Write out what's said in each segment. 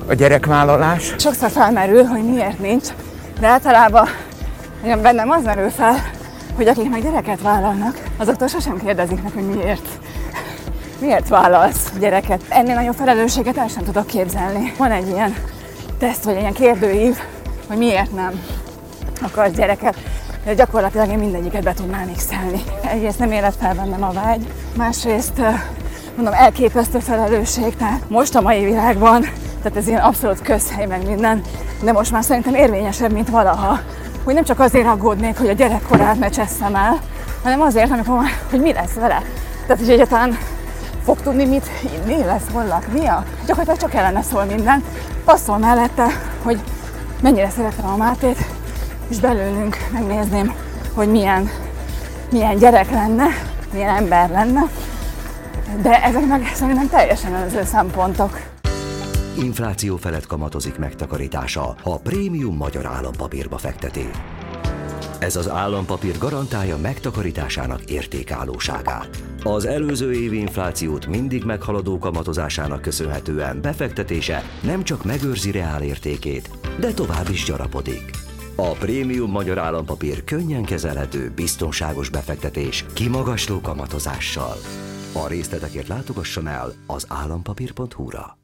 a gyerekvállalás? Sokszor felmerül, hogy miért nincs, de általában bennem az merül fel, hogy akik meg gyereket vállalnak, azoktól sosem kérdezik meg, hogy miért. Miért vállalsz gyereket? Ennél nagyobb felelősséget el sem tudok képzelni. Van egy ilyen teszt, vagy egy ilyen kérdőív, hogy miért nem akarsz gyereket. De gyakorlatilag én mindegyiket be tudnám x-elni. Egyrészt nem élet fel bennem a vágy, másrészt mondom, elképesztő felelősség. Tehát most a mai világban, tehát ez ilyen abszolút közhely meg minden, de most már szerintem érvényesebb, mint valaha, hogy nem csak azért aggódnék, hogy a gyerekkorát ne cseszem el, hanem azért, amikor már, hogy mi lesz vele. Tehát, hogy egyáltalán fog tudni mit inni, lesz hol laknia. Gyakorlatilag csak ellene szól minden. Passzol mellette, hogy mennyire szeretem a Mátét, és belőlünk megnézném, hogy milyen gyerek lenne, milyen ember lenne. De ezek meg szerintem teljesen önző szempontok. Infláció felett kamatozik megtakarítása, ha prémium magyar állampapírba fekteti. Ez az állampapír garantálja megtakarításának értékállóságát. Az előző évi inflációt mindig meghaladó kamatozásának köszönhetően befektetése nem csak megőrzi reálértékét, de tovább is gyarapodik. A prémium magyar állampapír könnyen kezelhető, biztonságos befektetés kimagasló kamatozással. A részletekért látogasson el az állampapír.hu-ra.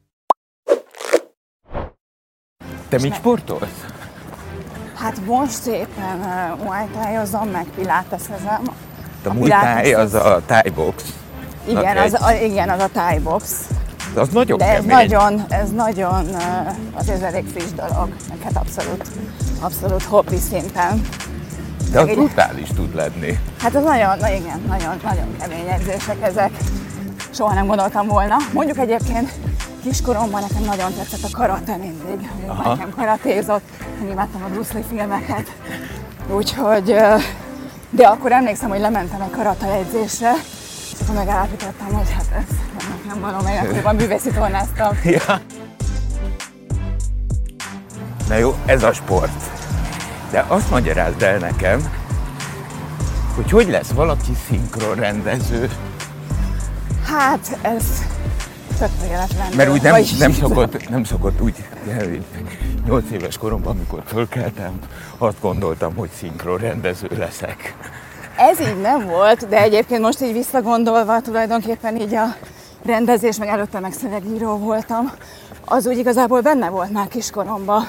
Te mit sportolsz? Hát most éppen Muay Thai-ozom, meg pilatesezem. A Muay Thai az a Thai box. Igen, az a Thai box. Az nagyon de kemény. ez nagyon azért elég friss dolog. Neked abszolút hobbi szinten. De az brutális tud lenni. Hát az nagyon kemény edzések ezek. Soha nem gondoltam volna. Mondjuk egyébként kiskoromban nekem nagyon tetszett a karate mindig. Nekem karatézott, imádtam a Bruce Lee filmeket. Úgyhogy, de akkor emlékszem, hogy lementem egy karate edzésre, és akkor megállapítottam, hogy hát ez nem való, meg akkoriban művészi tornáztam. Ja. Na jó, ez a sport. De azt magyarázd el nekem, hogy lesz valaki szinkronrendező. Hát ez tök véletlenül. Mert úgy nem szokott úgy, 8 éves koromban, amikor fölkeltem, azt gondoltam, hogy szinkronrendező leszek. Ez így nem volt, de egyébként most így visszagondolva tulajdonképpen így a rendezés, meg előtte meg szövegíró voltam, az úgy igazából benne volt már kiskoromban,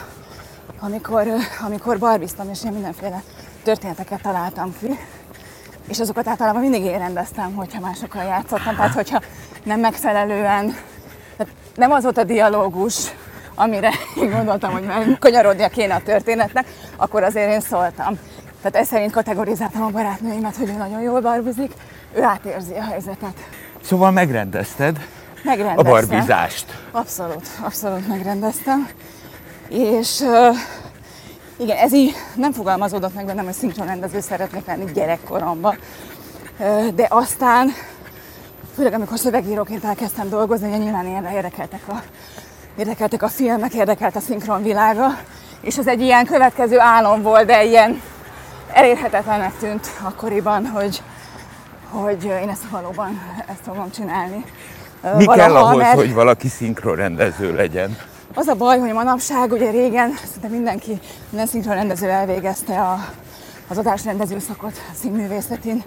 amikor barbiztam, és én mindenféle történeteket találtam ki. És azokat általában mindig én rendeztem, hogyha másokkal játszottam, tehát hogyha nem megfelelően, tehát nem az volt a dialógus, amire én gondoltam, hogy kanyarodnia kéne a történetnek, akkor azért én szóltam. Tehát ez szerint kategorizáltam a barátnőimet, hogy ő nagyon jól barbizik, ő átérzi a helyzetet. Szóval megrendezted a barbizást. Abszolút megrendeztem. És igen, ez így nem fogalmazódott meg bennem, hogy szinkronrendező szeretnék lenni gyerekkoromban. De aztán, főleg amikor szövegíróként elkezdtem dolgozni, ugye nyilván érdekeltek a filmek, érdekelt a szinkron világa, és ez egy ilyen következő álom volt, de ilyen elérhetetlennek tűnt akkoriban, hogy én ezt valóban fogom csinálni. Mi kell ahhoz, hogy valaki szinkronrendező legyen? Az a baj, hogy manapság, ugye régen szinte minden szinkronrendező elvégezte az adásrendező szakot a színművészetén.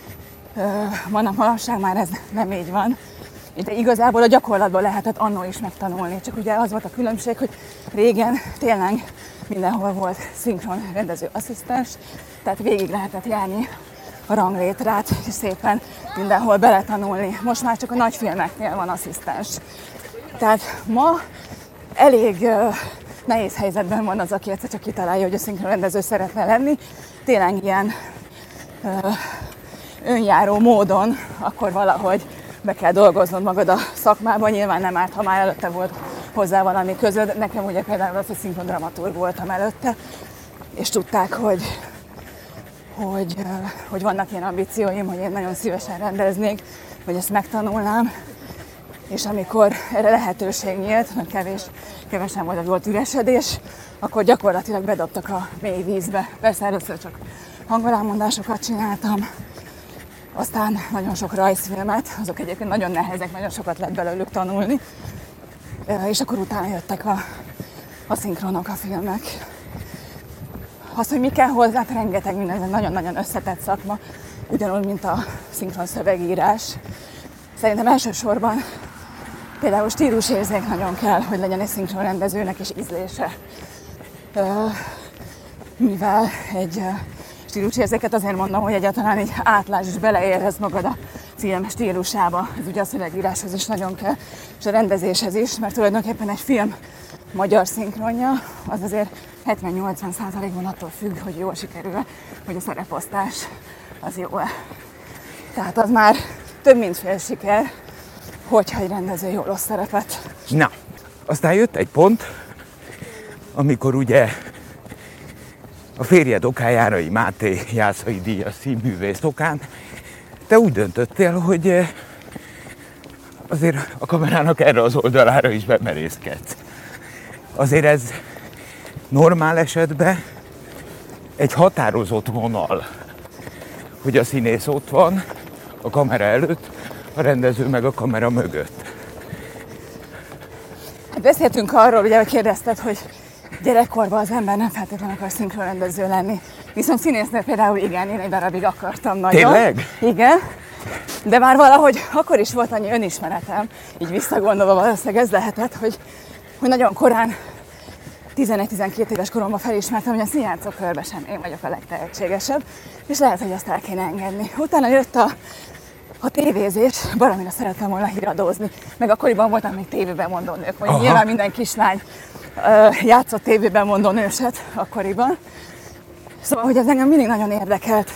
Manapság már ez nem így van. De igazából a gyakorlatban lehetett annó is megtanulni. Csak ugye az volt a különbség, hogy régen tényleg mindenhol volt szinkronrendező asszisztens, tehát végig lehetett járni a ranglétrát, és szépen mindenhol beletanulni. Most már csak a nagy filmeknél van asszisztens. Tehát ma elég nehéz helyzetben van az, aki egyszer csak kitalálja, hogy a szinkronrendező szeretne lenni. Tényleg ilyen önjáró módon akkor valahogy be kell dolgoznod magad a szakmában. Nyilván nem árt, ha már előtte volt hozzá valami közöd. Nekem ugye például az, hogy szinkrondramaturg voltam előtte, és tudták, hogy vannak ilyen ambícióim, hogy én nagyon szívesen rendeznék, hogy ezt megtanulnám. És amikor erre lehetőség nyílt, mert kevesen volt üresedés, akkor gyakorlatilag bedobtak a mély vízbe. Persze először csak hangolámondásokat csináltam, aztán nagyon sok rajzfilmet, azok egyébként nagyon nehezek, nagyon sokat lehet belőlük tanulni. És akkor utána jöttek a szinkronok, a filmek. Az, hogy mi kell hozzá, rengeteg minden, nagyon-nagyon összetett szakma, ugyanúgy, mint a szinkron szövegírás. Szerintem elsősorban például stílusérzék nagyon kell, hogy legyen egy szinkronrendezőnek is ízlése. Mivel egy stílusérzéket azért mondom, hogy egyáltalán így átlásd és beleérhez magad a film stílusába. Ez ugye a szövegíráshoz is nagyon kell, és a rendezéshez is, mert tulajdonképpen egy film magyar szinkronja az azért 70-80%-ban attól függ, hogy jól sikerül, hogy a szereposztás az jó-e. Tehát az már több mint fél siker, hogyha egy rendező jól osz szerepet. Na, aztán jött egy pont, amikor ugye a férjed okán, Járai Máté Jászai díjas színművész okán te úgy döntöttél, hogy azért a kamerának erre az oldalára is bemerészkedsz. Azért ez normál esetben egy határozott vonal, hogy a színész ott van a kamera előtt, a rendező meg a kamera mögött. Hát beszéltünk arról, ugye, hogy kérdezted, hogy gyerekkorban az ember nem feltétlenül akar szinkronrendező lenni. Viszont színésznő például igen, én egy darabig akartam nagyon. Tényleg? Igen. De már valahogy akkor is volt annyi önismeretem, így visszagondolva valószínűleg ez lehetett, hogy nagyon korán 11-12 éves koromban felismertem, hogy a színjátszókörben sem én vagyok a legtehetségesebb, és lehet, hogy azt el kéne engedni. Utána jött a tévézés, baromira szerettem volna híradózni, meg akkoriban voltam még tévében mondó nők, vagy nyilván minden kislány játszott tévében mondó nőset akkoriban. Szóval, hogy ez engem mindig nagyon érdekelt,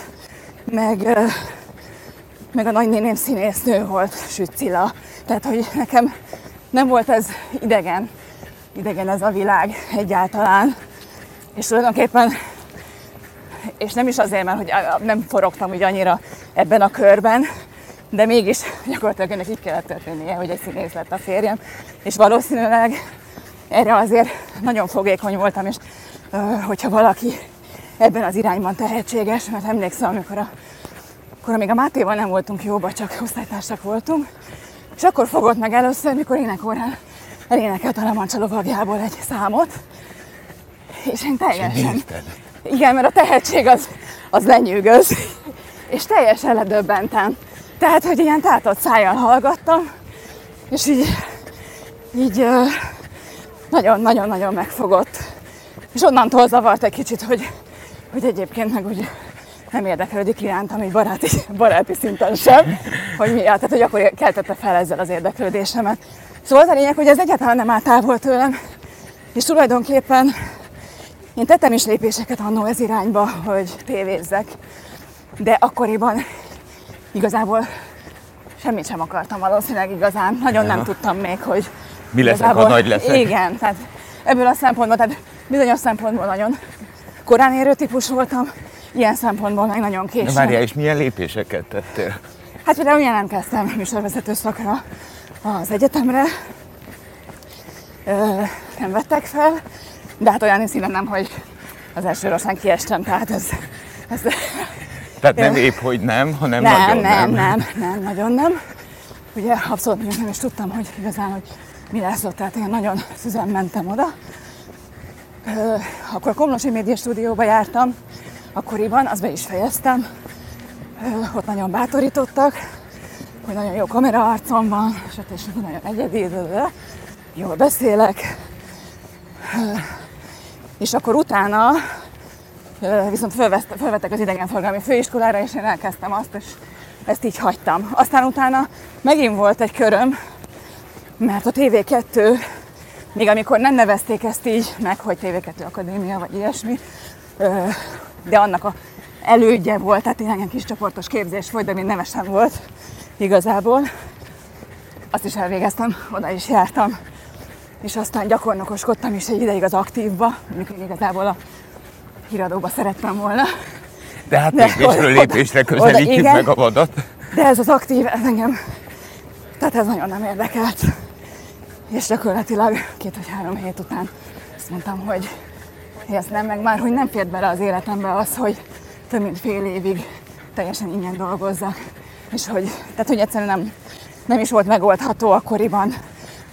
meg a nagynéném színésznő volt, Süt Cilla. Tehát, hogy nekem nem volt ez idegen ez a világ egyáltalán. És tulajdonképpen, és nem is azért, mert hogy nem forogtam úgy annyira ebben a körben, de mégis gyakorlatilag ennek így kellett történnie, hogy egy színész lett a férjem. És valószínűleg erre azért nagyon fogékony voltam, és hogyha valaki ebben az irányban tehetséges, mert emlékszem, amikor még a Mátéval nem voltunk jóba, csak osztálytársak voltunk, és akkor fogott meg először, mikor énekórán elénekelt a La Mancha lovagjából egy számot, és én teljesen... Igen, mert a tehetség az lenyűgöz, és teljesen ledöbbentem. Tehát, hogy ilyen tátott szájjal hallgattam, és így nagyon-nagyon megfogott. És onnantól zavart egy kicsit, hogy egyébként meg úgy nem érdeklődik irántam, így baráti szinten sem, hogy mi, tehát hogy akkor keltette fel ezzel az érdeklődésemet. Szóval az a lényeg, hogy ez egyáltalán nem áll távol tőlem, és tulajdonképpen én tettem is lépéseket annó ez irányba, hogy tévézzek, de akkoriban igazából semmit sem akartam valószínűleg igazán. Nagyon nem tudtam még, hogy mi leszek, ha nagy leszek. Igen, tehát ebből a szempontból, tehát bizonyos szempontból nagyon korán érő típus voltam, ilyen szempontból meg nagyon későn. De várjál, és milyen lépéseket tettél? Hát például jelentkeztem műsorvezető szakra az egyetemre, nem vettek fel, de hát olyan színen nem, hogy az első rosszán kiestem, tehát ez tehát nem épp, hogy nem, hanem nem, nagyon nem. Ugye abszolút nem is tudtam, hogy igazán, hogy mi lesz ott, tehát én nagyon szüzen mentem oda. Akkor a Komlósi Média Stúdióba jártam, akkoriban, azt be is fejeztem. Ott nagyon bátorítottak, hogy nagyon jó kameraarcom van, és nagyon egyedi, jól beszélek. És akkor utána viszont fölvettek az idegenforgalmi főiskolára, és én elkezdtem azt, és ezt így hagytam. Aztán utána megint volt egy köröm, mert a TV2, még amikor nem nevezték ezt így meg, hogy TV2 Akadémia, vagy ilyesmi, de annak a elődje volt, tehát ilyen kis csoportos képzés volt, de még nevesen volt igazából. Azt is elvégeztem, oda is jártam, és aztán gyakornokoskodtam is egy ideig az Aktívba, amikor igazából a híradóba szerettem volna. De hát lépésről lépésre közelítjük meg a vadat. De ez az Aktív, ez engem, tehát ez nagyon nem érdekelt. És gyakorlatilag 2 vagy 3 hét után azt mondtam, hogy ezt nem, meg már, hogy nem fért bele az életembe az, hogy több mint fél évig teljesen ingyen dolgozzak. És hogy, tehát, hogy egyszerűen nem is volt megoldható akkoriban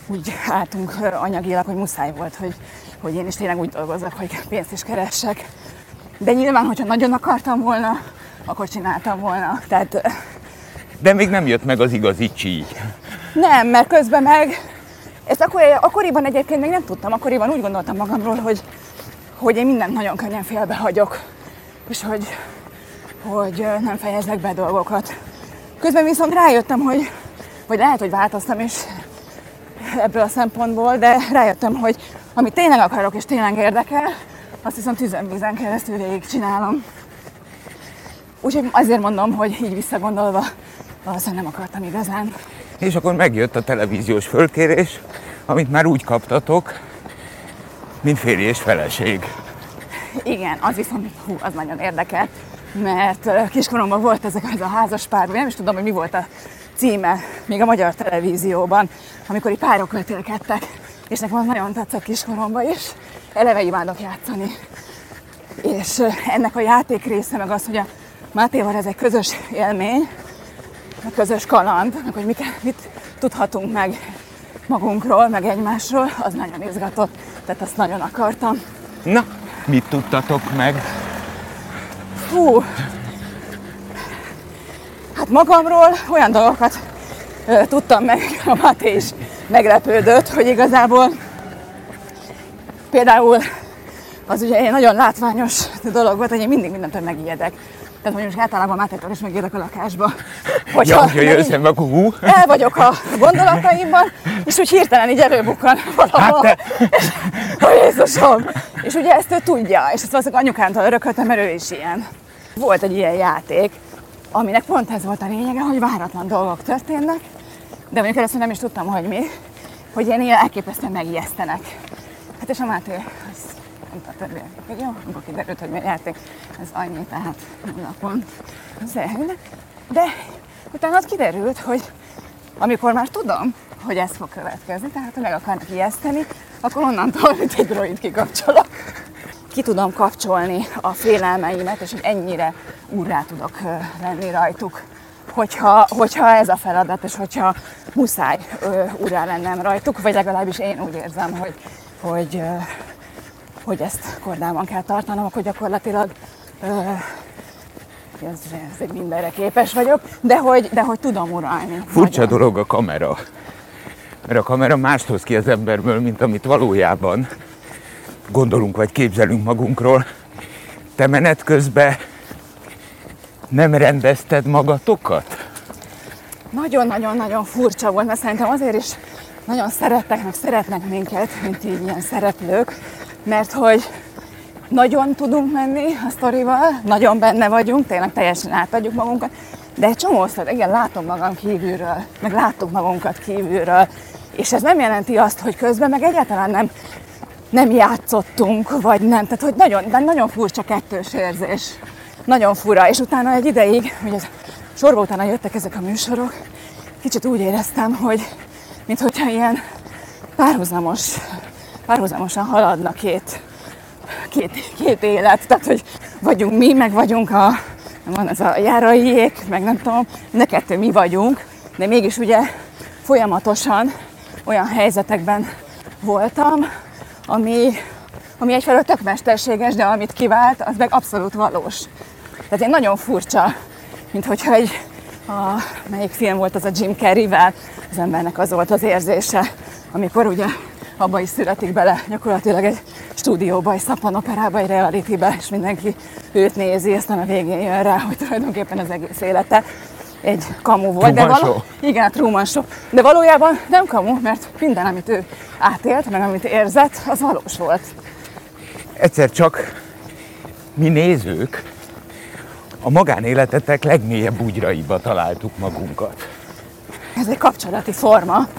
úgy álltunk anyagilag, hogy muszáj volt, hogy én is tényleg úgy dolgozzak, hogy pénzt is keressek. De nyilván, hogyha nagyon akartam volna, akkor csináltam volna. Tehát, de még nem jött meg az igazi csíny. Nem, mert közben meg, ezt akkoriban egyébként még nem tudtam, akkoriban úgy gondoltam magamról, hogy én mindent nagyon könnyen félbehagyok, és hogy nem fejezek be dolgokat. Közben viszont rájöttem, hogy lehet, hogy változtam is ebből a szempontból, de rájöttem, hogy amit tényleg akarok és tényleg érdekel, azt viszont tüzön-vízen keresztül végigcsinálom. Úgyhogy azért mondom, hogy így visszagondolva valószínűleg nem akartam igazán. És akkor megjött a televíziós fölkérés, amit már úgy kaptatok, mint férj és feleség. Igen, az viszont az nagyon érdekel, mert kiskoromban volt ez a házas pár, nem is tudom, hogy mi volt a címe, még a magyar televízióban, amikor itt párok vetélkedtek, és nekem az nagyon tetszett kiskoromban is, eleve imádok játszani. És ennek a játék része meg az, hogy a Mátéval ez egy közös élmény, a közös kaland, meg hogy mit tudhatunk meg magunkról, meg egymásról, az nagyon izgatott, tehát azt nagyon akartam. Na, mit tudtatok meg? Hú, hát magamról olyan dolgokat tudtam meg, a Máté is meglepődött, hogy igazából például az ugye egy nagyon látványos dolog volt, hogy én mindig mindentől megijedek. Tehát mondjuk általában Mátétól is megijedek a lakásba. Hogyha jössz, akkor hú. El vagyok a gondolataimban, és úgy hirtelen így előbukkan valahol. Hát Jézusom! És ugye ezt ő tudja, és ezt valószínűleg anyukámtól örököltem, mert ő is ilyen. Volt egy ilyen játék, aminek pont ez volt a lényege, hogy váratlan dolgok történnek, de mondjuk először nem is tudtam, hogy mi, hogy ilyen elképesztően megijesztenek. Hát és a Máté, az mondta többé, hogy jó, akkor kiderült, hogy mi játék, ez annyi, tehát napon. De utána az kiderült, hogy amikor már tudom, hogy ez fog következni, tehát ha meg akarnak ijeszteni, akkor onnantól, mint egy droid kikapcsolok. Ki tudom kapcsolni a félelmeimet, és hogy ennyire úrrá tudok lenni rajtuk, hogyha ez a feladat, és hogyha muszáj úrrá lennem rajtuk, vagy legalábbis én úgy érzem, hogy ezt kordában kell tartanom, akkor gyakorlatilag ez egy mindenre képes vagyok, de hogy tudom uralni. Furcsa dolog a kamera. Mert a kamera mást hoz ki az emberből, mint amit valójában gondolunk vagy képzelünk magunkról. Te menet közben nem rendezted magatokat? Nagyon-nagyon-nagyon furcsa volt, mert szerintem azért is nagyon szeretnek minket, mint így ilyen szereplők, mert hogy nagyon tudunk menni a sztorival, nagyon benne vagyunk, tényleg teljesen átadjuk magunkat, de egy csomószor, igen, látom magam kívülről, meg láttuk magunkat kívülről, és ez nem jelenti azt, hogy közben meg egyáltalán nem játszottunk, vagy nem, tehát hogy nagyon furcsa kettős érzés, nagyon fura, és utána egy ideig, hogy ez sorba utána jöttek ezek a műsorok, kicsit úgy éreztem, hogy minthogyha ilyen párhuzamosan haladna két élet, tehát hogy vagyunk mi, meg vagyunk van ez a Járaiék, meg nem tudom, de kettő mi vagyunk, de mégis ugye folyamatosan olyan helyzetekben voltam, ami egyfelől tök mesterséges, de amit kivált, az meg abszolút valós. Tehát egy nagyon furcsa, mint hogyha melyik film volt az a Jim Carrey-vel, az embernek az volt az érzése, amikor ugye abba is születik bele gyakorlatilag egy stúdióba, egy szappanoperába, egy realitybe, és mindenki őt nézi, aztán a végén jön rá, hogy tulajdonképpen az egész élete egy kamu volt. Igen, a Truman Show. De valójában nem kamu, mert minden, amit ő átélt, meg amit érzett, az valós volt. Egyszer csak mi nézők a magánéletetek legmélyebb bugyraiba találtuk magunkat. Ez egy kapcsolati forma,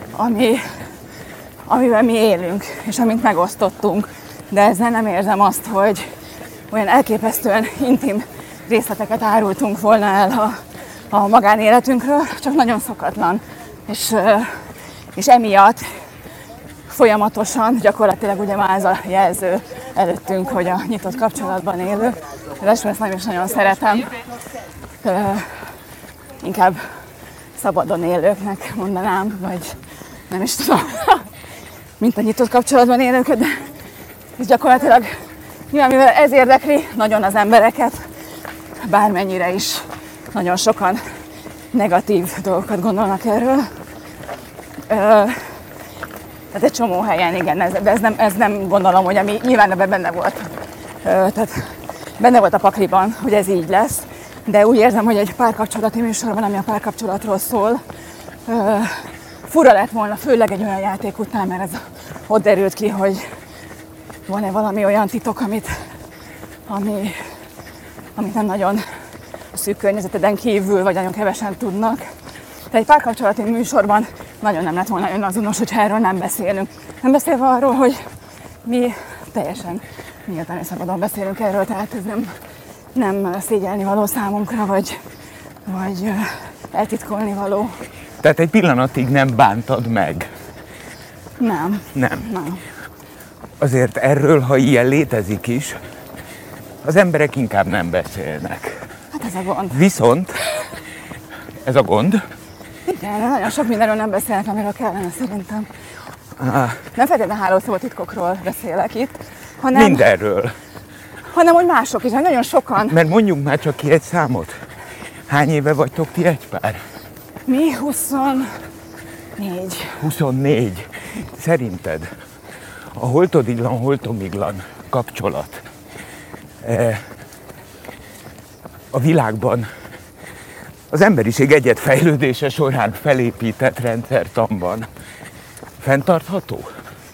amivel mi élünk, és amit megosztottunk. De ezzel nem érzem azt, hogy olyan elképesztően intim részleteket árultunk volna el a magánéletünkről, csak nagyon szokatlan. És emiatt folyamatosan, gyakorlatilag ugye már ez a jelző előttünk, hogy a nyitott kapcsolatban élő. Ráadásul ezt nem is nagyon szeretem. Inkább szabadon élőknek mondanám, vagy nem is tudom, mint a nyitott kapcsolatban élőket, de ez gyakorlatilag nyilván, mivel ez érdekli nagyon az embereket, bármennyire is nagyon sokan negatív dolgokat gondolnak erről. Tehát egy csomó helyen, igen, de ez nem gondolom, hogy ami nyilván ebben benne volt. Tehát benne volt a pakliban, hogy ez így lesz, de úgy érzem, hogy egy párkapcsolati műsorban, ami a párkapcsolatról szól, fura lett volna, főleg egy olyan játék után, mert ez ott derült ki, hogy van-e valami olyan titok, amit nem nagyon a szűk környezeteden kívül, vagy nagyon kevesen tudnak. De egy párkapcsolati műsorban nagyon nem lett volna önazonos, hogyha erről nem beszélünk. Nem beszélve arról, hogy mi teljesen nyíltan és szabadon beszélünk erről, tehát ez nem szégyelni való számunkra, vagy eltitkolni való. Tehát egy pillanatig nem bántad meg? Nem. Nem. Azért erről, ha ilyen létezik is, az emberek inkább nem beszélnek. Hát ez a gond. Viszont, ez a gond? Igen, nagyon sok mindenről nem beszélnek, amiről kellene szerintem. Nem feltétlenül hálószobatitkokról beszélek itt, hanem... Mindenről. Hanem, hogy mások is, nagyon sokan. Mert mondjunk már csak ki egy számot. Hány éve vagytok ti egy pár? Mi 24. 24. Szerinted a holtodillan, holtomiglan kapcsolat a világban az emberiség egyet fejlődése során felépített rendszertanban fenntartható?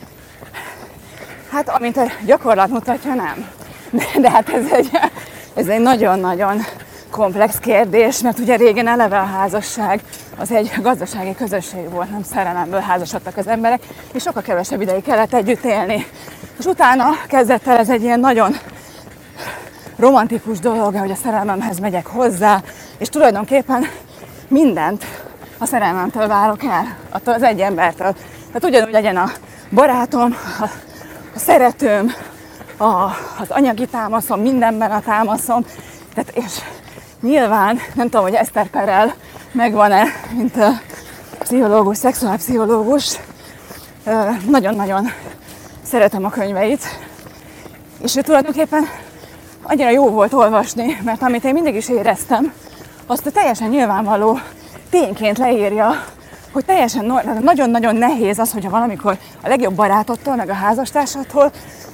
Hát, amint a gyakorlat mutatja, nem. De hát ez egy nagyon-nagyon komplex kérdés, mert ugye régen eleve a házasság az egy gazdasági közösség volt, nem szerelemből házasodtak az emberek, és sokkal kevesebb ideig kellett együtt élni. És utána kezdett el ez egy ilyen nagyon romantikus dolog, hogy a szerelmemhez megyek hozzá, és tulajdonképpen mindent a szerelmemtől várok el, attól az egy embertől. Tehát ugyanúgy legyen a barátom, a szeretőm, az anyagi támaszom, mindenben a támaszom. Tehát, és nyilván, nem tudom, hogy Eszter Perel megvan-e, mint pszichológus, szexuálpszichológus. Nagyon-nagyon szeretem a könyveit. És ő tulajdonképpen annyira jó volt olvasni, mert amit én mindig is éreztem, azt teljesen nyilvánvaló tényként leírja, hogy teljesen nagyon-nagyon nehéz az, hogyha valamikor a legjobb barátodtól, meg a házastársattól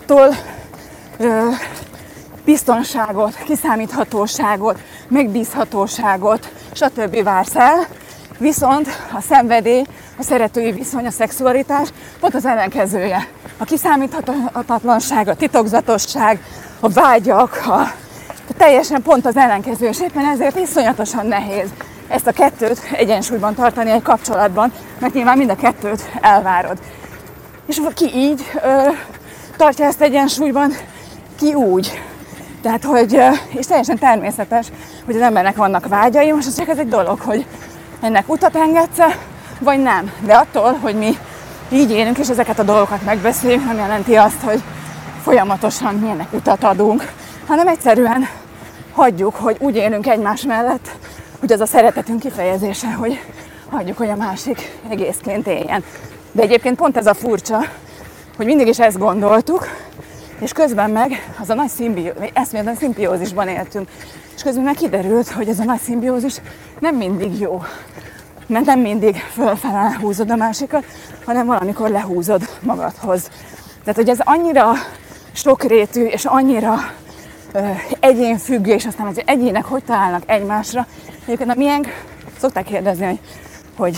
biztonságot, kiszámíthatóságot, megbízhatóságot, stb. Vársz el, viszont a szenvedély, a szeretői viszony, a szexualitás pont az ellenkezője. A kiszámíthatatlanság, a titokzatosság, a vágyak, teljesen pont az ellenkező, és éppen ezért iszonyatosan nehéz ezt a kettőt egyensúlyban tartani egy kapcsolatban, mert nyilván mind a kettőt elvárod. És ki így tartja ezt egyensúlyban, ki úgy. Tehát, hogy, és teljesen természetes, hogy az embernek vannak vágyai, most az csak ez egy dolog, hogy ennek utat engedsz, vagy nem. De attól, hogy mi így élünk, és ezeket a dolgokat megbeszéljük, nem jelenti azt, hogy folyamatosan milyennek utat adunk, hanem egyszerűen hagyjuk, hogy úgy élünk egymás mellett, hogy az a szeretetünk kifejezése, hogy hagyjuk, hogy a másik egészként éljen. De egyébként pont ez a furcsa, hogy mindig is ezt gondoltuk, és közben meg az a nagy eszméletlen szimbiózisban éltünk. És közben meg kiderült, hogy ez a nagy szimbiózis nem mindig jó. Mert nem mindig fölfele húzod a másikat, hanem valamikor lehúzod magadhoz. Tehát, hogy ez annyira sokrétű, és annyira egyénfüggő, és aztán az egyének hogy találnak egymásra. Egyébként a miénk szokták kérdezni, hogy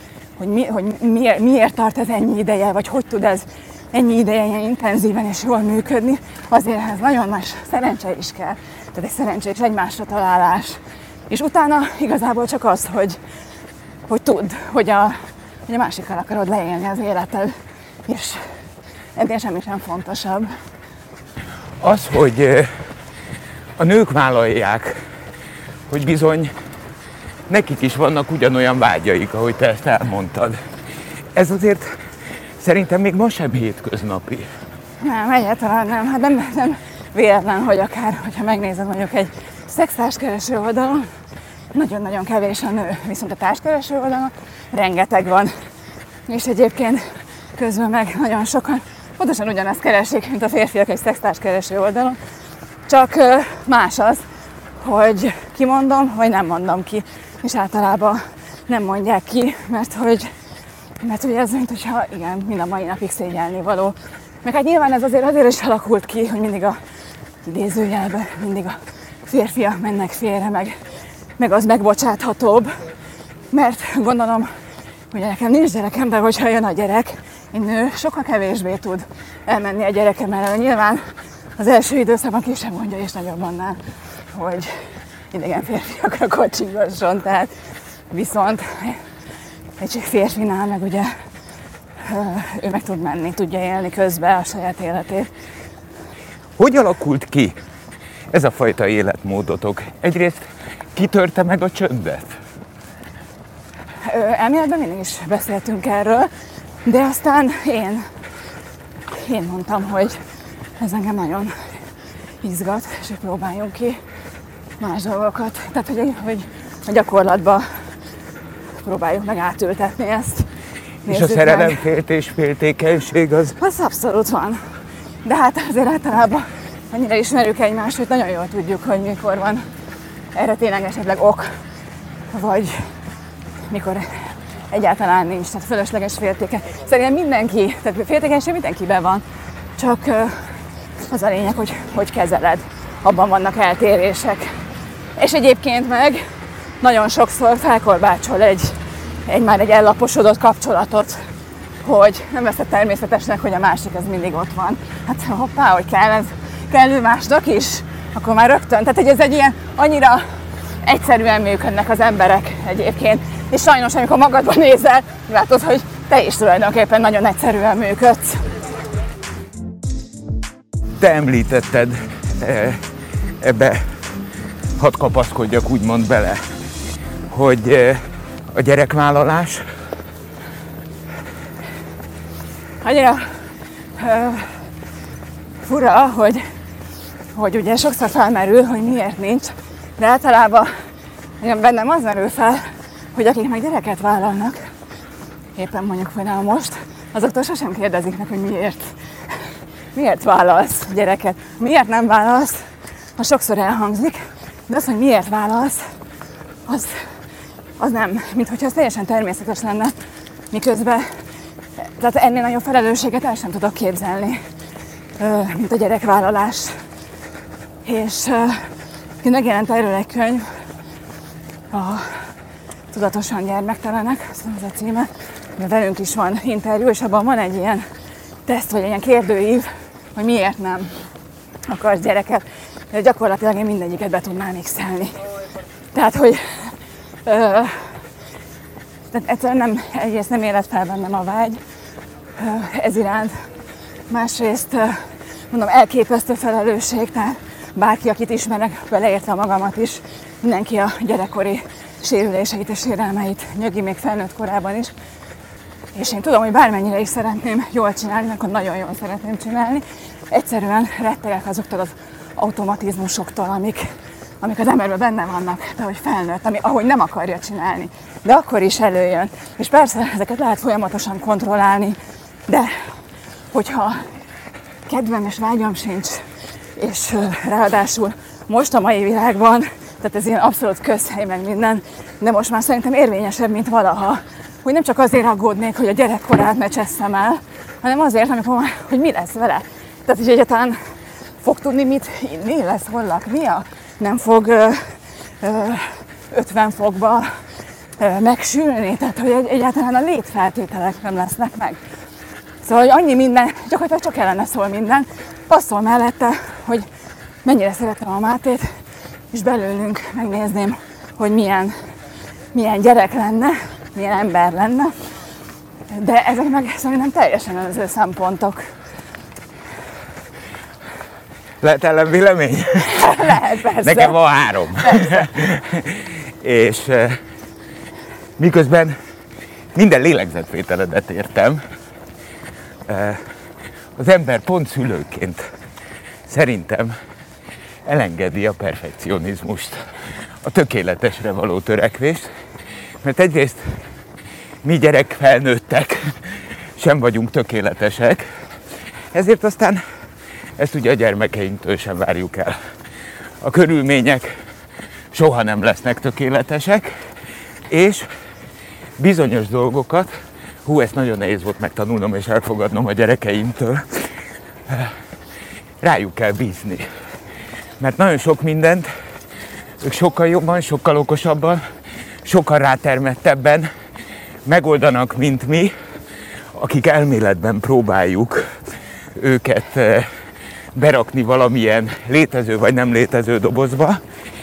miért tart ez ennyi ideje, vagy hogy tud ez ennyi ideje ilyen intenzíven és jól működni. Azért ez nagyon nagy szerencse is kell. Tehát egy szerencsés egymásra találás. És utána igazából csak az, hogy tudd, hogy a másikkal akarod leélni az életed. És ennél semmi sem fontosabb. Az, hogy a nők vállalják, hogy bizony nekik is vannak ugyanolyan vágyaik, ahogy te ezt elmondtad. Ez azért szerintem még ma sem hétköznapi. Nem, egyáltalán nem. Hát nem véletlen, hogy akár, hogyha megnézed mondjuk egy szextárskereső oldalon, nagyon-nagyon kevés a nő, viszont a társkereső oldalon rengeteg van. És egyébként közben meg nagyon sokan pontosan ugyanazt keresik, mint a férfiak egy szextárs kereső oldalon, csak más az, hogy kimondom, vagy nem mondom ki, és általában nem mondják ki, mert ugye ez mint hogyha igen, mind a mai napig szégyelni való. Meg hát nyilván ez azért is alakult ki, hogy mindig a idézőjelben, mindig a férfiak mennek félre, meg az megbocsáthatóbb, mert gondolom, ugye nekem nincs gyerekem, de hogyha jön a gyerek, egy nő sokkal kevésbé tud elmenni a gyerekem elől. Nyilván az első időszakban kisebb gondja és nagyobb annál, hogy idegen férfiakra kocsigasson, tehát viszont egy férfinál meg ugye ő meg tud menni, tudja élni közben a saját életét. Hogy alakult ki ez a fajta életmódotok? Egyrészt kitörte meg a csöndet? Elméletben mindig is beszéltünk erről, de aztán én mondtam, hogy ez engem nagyon izgat, és hogy próbáljunk ki más dolgokat. Tehát, hogy a gyakorlatban próbáljuk meg átültetni ezt. És a szerelemfélt és féltékenység az? Az abszolút van. De hát azért általában annyira ismerjük egymást, hogy nagyon jól tudjuk, hogy mikor van erre tényleg esetleg ok, vagy mikor egyáltalán nincs, tehát fölösleges féltéke. Szerintem mindenki, tehát féltékenység mindenkiben van, csak az a lényeg, hogy kezeled. Abban vannak eltérések. És egyébként meg nagyon sokszor felkorbácsol már egy ellaposodott kapcsolatot, hogy nem veszed természetesnek, hogy a másik az mindig ott van. Hát hoppá, hogy kell ő másnak is, akkor már rögtön. Tehát, hogy ez egy ilyen annyira egyszerűen működnek az emberek egyébként. És sajnos, amikor magadban nézel, látod, hogy te is tulajdonképpen nagyon egyszerűen működsz. Te említetted, ebbe hadd kapaszkodjak úgymond bele, hogy a gyerekvállalás annyira fura, hogy ugye sokszor felmerül, hogy miért nincs, de általában bennem az merül fel, hogy akik meg gyereket vállalnak, éppen mondjuk például most, azoktól sosem kérdezik meg, hogy miért vállalsz gyereket, miért nem vállalsz, az sokszor elhangzik, de az, hogy miért vállalsz, az nem, minthogyha az teljesen természetes lenne, miközben tehát ennél nagyobb felelősséget el sem tudok képzelni, mint a gyerekvállalás. És megjelent erről egy könyv, a Tudatosan gyermektelenek, azt ez a címe, de velünk is van interjú, és abban van egy ilyen teszt, vagy egy ilyen kérdőív, hogy miért nem akarsz gyereket. De gyakorlatilag én mindegyiket be tudnám x-elni. Tehát, hogy egyszerűen egyrészt nem élet fel bennem a vágy ez iránt. Másrészt mondom, elképesztő felelősség, tehát bárki, akit ismerek, beleértve magamat is, mindenki a gyerekkori sérüléseit és sérelmeit nyögi még felnőtt korában is. És én tudom, hogy bármennyire is szeretném jól csinálni, akkor nagyon jól szeretném csinálni. Egyszerűen rettegek azoktól az automatizmusoktól, amik az emberben benne vannak, de hogy felnőtt, ahogy nem akarja csinálni. De akkor is előjön. És persze ezeket lehet folyamatosan kontrollálni, de hogyha kedvem és vágyam sincs, és ráadásul most a mai világban, tehát ez ilyen abszolút közhely meg minden, de most már szerintem érvényesebb, mint valaha, hogy nem csak azért aggódnék, hogy a gyerekkorát ne csesszem el, hanem azért, hogy mi lesz vele. Tehát, hogy egyáltalán fog tudni mit inni, lesz hol laknia, nem fog 50 fokba megsülni, tehát hogy egyáltalán a létfeltételek nem lesznek meg. Szóval, hogy annyi minden, gyakorlatilag csak ellene szól minden, azt szól mellette, hogy mennyire szeretem a Mátét, és belőlünk megnézném, hogy milyen gyerek lenne, milyen ember lenne, de ezek meg szerintem teljesen önző szempontok. Lehet ellenvélemény? Lehet, persze. Nekem van 3. És miközben minden lélegzetvételedet értem, az ember pont szülőként szerintem elengedi a perfekcionizmust, a tökéletesre való törekvést, mert egyrészt mi gyerekfelnőttek sem vagyunk tökéletesek, ezért aztán ezt ugye a gyermekeinktől sem várjuk el. A körülmények soha nem lesznek tökéletesek, és bizonyos dolgokat, ezt nagyon nehéz volt megtanulnom és elfogadnom a gyerekeimtől, rájuk kell bízni. Mert nagyon sok mindent ők sokkal jobban, sokkal okosabban, sokkal rátermettebben megoldanak, mint mi, akik elméletben próbáljuk őket berakni valamilyen létező vagy nem létező dobozba.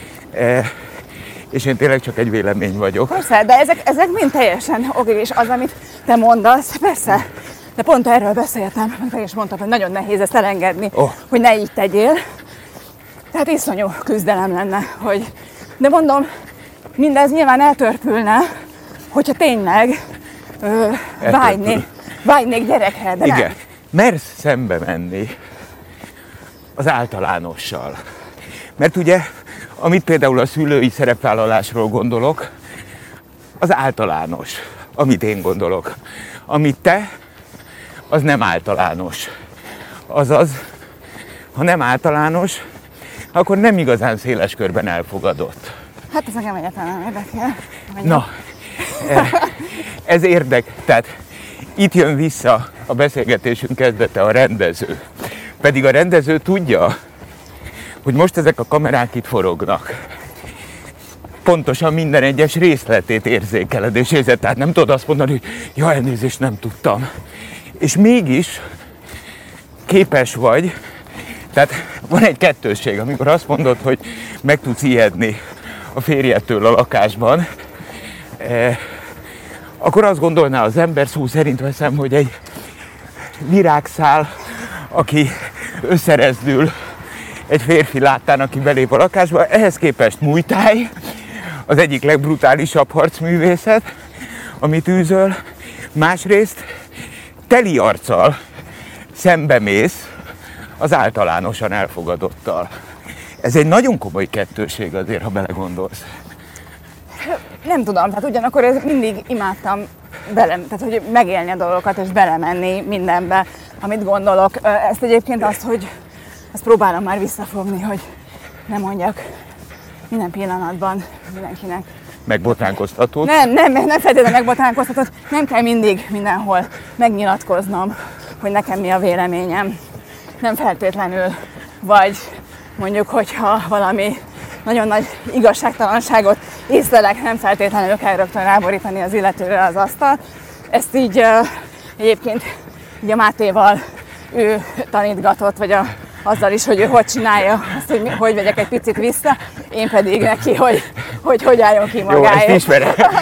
És én tényleg csak egy vélemény vagyok. Persze, de ezek mind teljesen oké, és az, amit te mondasz, persze, de pont erről beszéltem, meg is mondtam, hogy nagyon nehéz ezt elengedni, hogy ne így tegyél. Tehát iszonyú küzdelem lenne, hogy... De mondom, mindez nyilván eltörpülne, hogyha tényleg vágynék gyerekhez, de igen. nem. Mersz szembe menni az általánossal. Mert ugye, amit például a szülői szerepvállalásról gondolok, az általános, amit én gondolok. Amit te, az nem általános. Azaz, ha nem általános, akkor nem igazán széles körben elfogadott. Hát ez nekem egyáltalán nem érdekel. Na, ez tehát itt jön vissza a beszélgetésünk kezdete, a rendező. Pedig a rendező tudja, hogy most ezek a kamerák itt forognak. Pontosan minden egyes részletét érzékeled és érzed, tehát nem tudod azt mondani, hogy ja, elnézést, nem tudtam. És mégis képes vagy, tehát van egy kettősség, amikor azt mondod, hogy meg tudsz ijedni a férjedtől a lakásban, akkor azt gondolná az ember, szó szerint veszem, hogy egy virágszál, aki összerezdül egy férfi láttán, aki belép a lakásba, ehhez képest Muay Thai, az egyik legbrutálisabb harcművészet, amit űzöl. Másrészt teli arccal szembemész az általánosan elfogadottal. Ez egy nagyon komoly kettőség azért, ha belegondolsz. Nem tudom, tehát ugyanakkor mindig imádtam tehát hogy megélni a dolgokat és belemenni mindenbe, amit gondolok. Ezt egyébként azt próbálom már visszafogni, hogy ne mondjak minden pillanatban mindenkinek. Megbotránkoztatót? Nem feltétlenül megbotránkoztatót. Nem kell mindig mindenhol megnyilatkoznom, hogy nekem mi a véleményem. Nem feltétlenül. Vagy mondjuk, hogyha valami nagyon nagy igazságtalanságot észlelek, nem feltétlenül kell rögtön ráborítani az illetőre az asztalt. Ezt így egyébként így a Mátéval ő tanítgatott, vagy azzal is, hogy ő hogy csinálja, azt, hogy vegyek egy picit vissza, én pedig neki, hogy álljon ki magáért. Jó,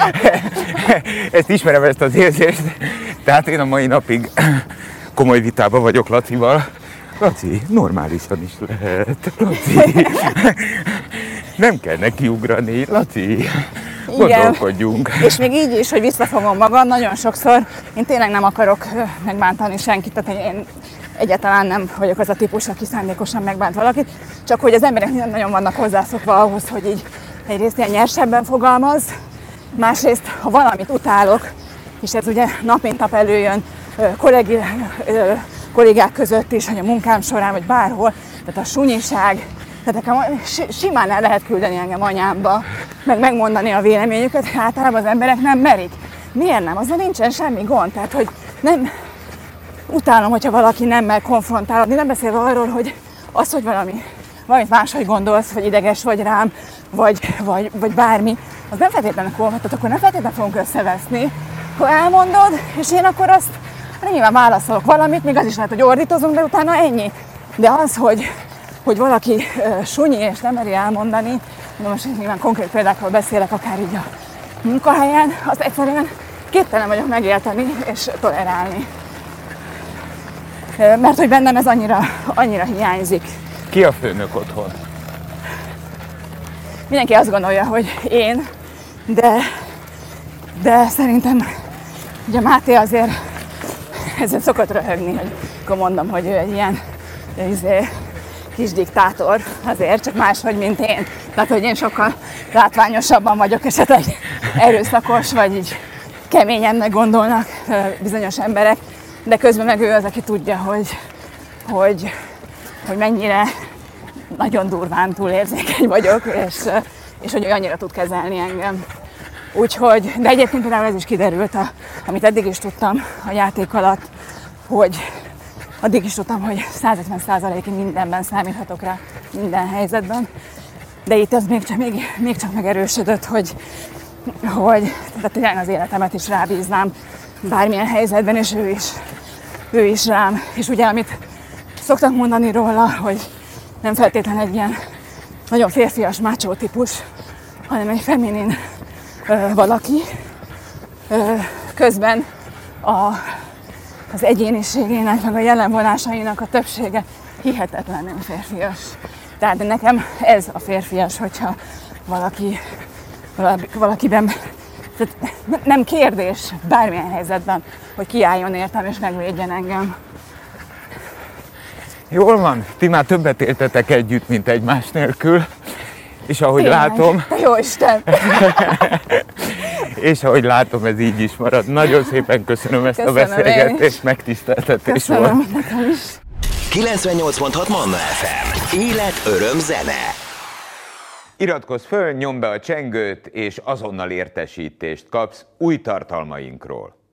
ezt ismerem ezt az érzést, tehát én a mai napig komoly vitában vagyok Lacival. Laci, normálisan is lehet. Laci, nem kell nekiugrani. Laci, gondolkodjunk. És még így is, hogy visszafogom magam, nagyon sokszor én tényleg nem akarok megbántani senkit, tehát én egyáltalán nem vagyok az a típus, aki szándékosan megbánt valakit, csak hogy az emberek nagyon vannak hozzászokva ahhoz, hogy így egyrészt ilyen nyersebben fogalmaz, másrészt, ha valamit utálok, és ez ugye nap mint nap előjön kollégák között is, hogy a munkám során, vagy bárhol, tehát a sunyiság, tehát simán el lehet küldeni engem anyámba, meg megmondani a véleményüket, általában az emberek nem merik. Miért nem? Azzal nincsen semmi gond, tehát hogy nem utálom, hogyha valaki nem mer konfrontálódni, nem beszélve arról, hogy az, hogy valamit máshogy gondolsz, vagy ideges vagy rám, vagy bármi, az nem feltétlenül konfrontot, akkor nem feltétlenül fogunk összeveszni. Akkor elmondod, és én akkor azt nyilván válaszolok valamit, még az is lehet, hogy ordítozunk, de utána ennyi. De az, hogy valaki sunyi és nem meri elmondani, de most nyilván konkrét példákról beszélek, akár így a munkahelyen, azt egyszerűen képtelen vagyok megérteni és tolerálni. Mert hogy bennem ez annyira hiányzik. Ki a főnök otthon? Mindenki azt gondolja, hogy én, de szerintem ugye Máté azért ezzel szokott röhögni, hogy akkor mondom, hogy ő egy ilyen kis diktátor, azért csak máshogy, mint én. Tehát, hogy én sokkal látványosabban vagyok, esetleg erőszakos, vagy így keményennek gondolnak bizonyos emberek, de közben meg ő az, aki tudja, hogy mennyire nagyon durván túlérzékeny vagyok, és hogy ő annyira tud kezelni engem. Úgyhogy, de egyébként például ez is kiderült, amit eddig is tudtam a játék alatt, hogy addig is tudtam, hogy 150%-ig mindenben számíthatok rá, minden helyzetben. De itt ez még csak megerősödött, hogy tehát tényleg az életemet is rábíznám bármilyen helyzetben, és ő is rám. És ugye, amit szoktak mondani róla, hogy nem feltétlenül egy ilyen nagyon férfias, macho típus, hanem egy feminin valaki. Közben az egyéniségének, meg a jellemvonásainak a többsége hihetetlenül férfias. Tehát nekem ez a férfias, hogyha valakiben, tehát nem kérdés bármilyen helyzetben, hogy kiálljon értem és megvédjen engem. Jól van, ti már többet éltetek együtt, mint egymás nélkül, és ahogy Tényleg. látom... Jó Isten! És ahogy látom, ez így is marad. Nagyon szépen köszönöm ezt a beszélgetést, megtiszteltetés volt. Köszönöm nekem is. 98.6 Manna FM. Élet, öröm, zene. Iratkozz föl, nyomd be a csengőt, és azonnal értesítést kapsz új tartalmainkról.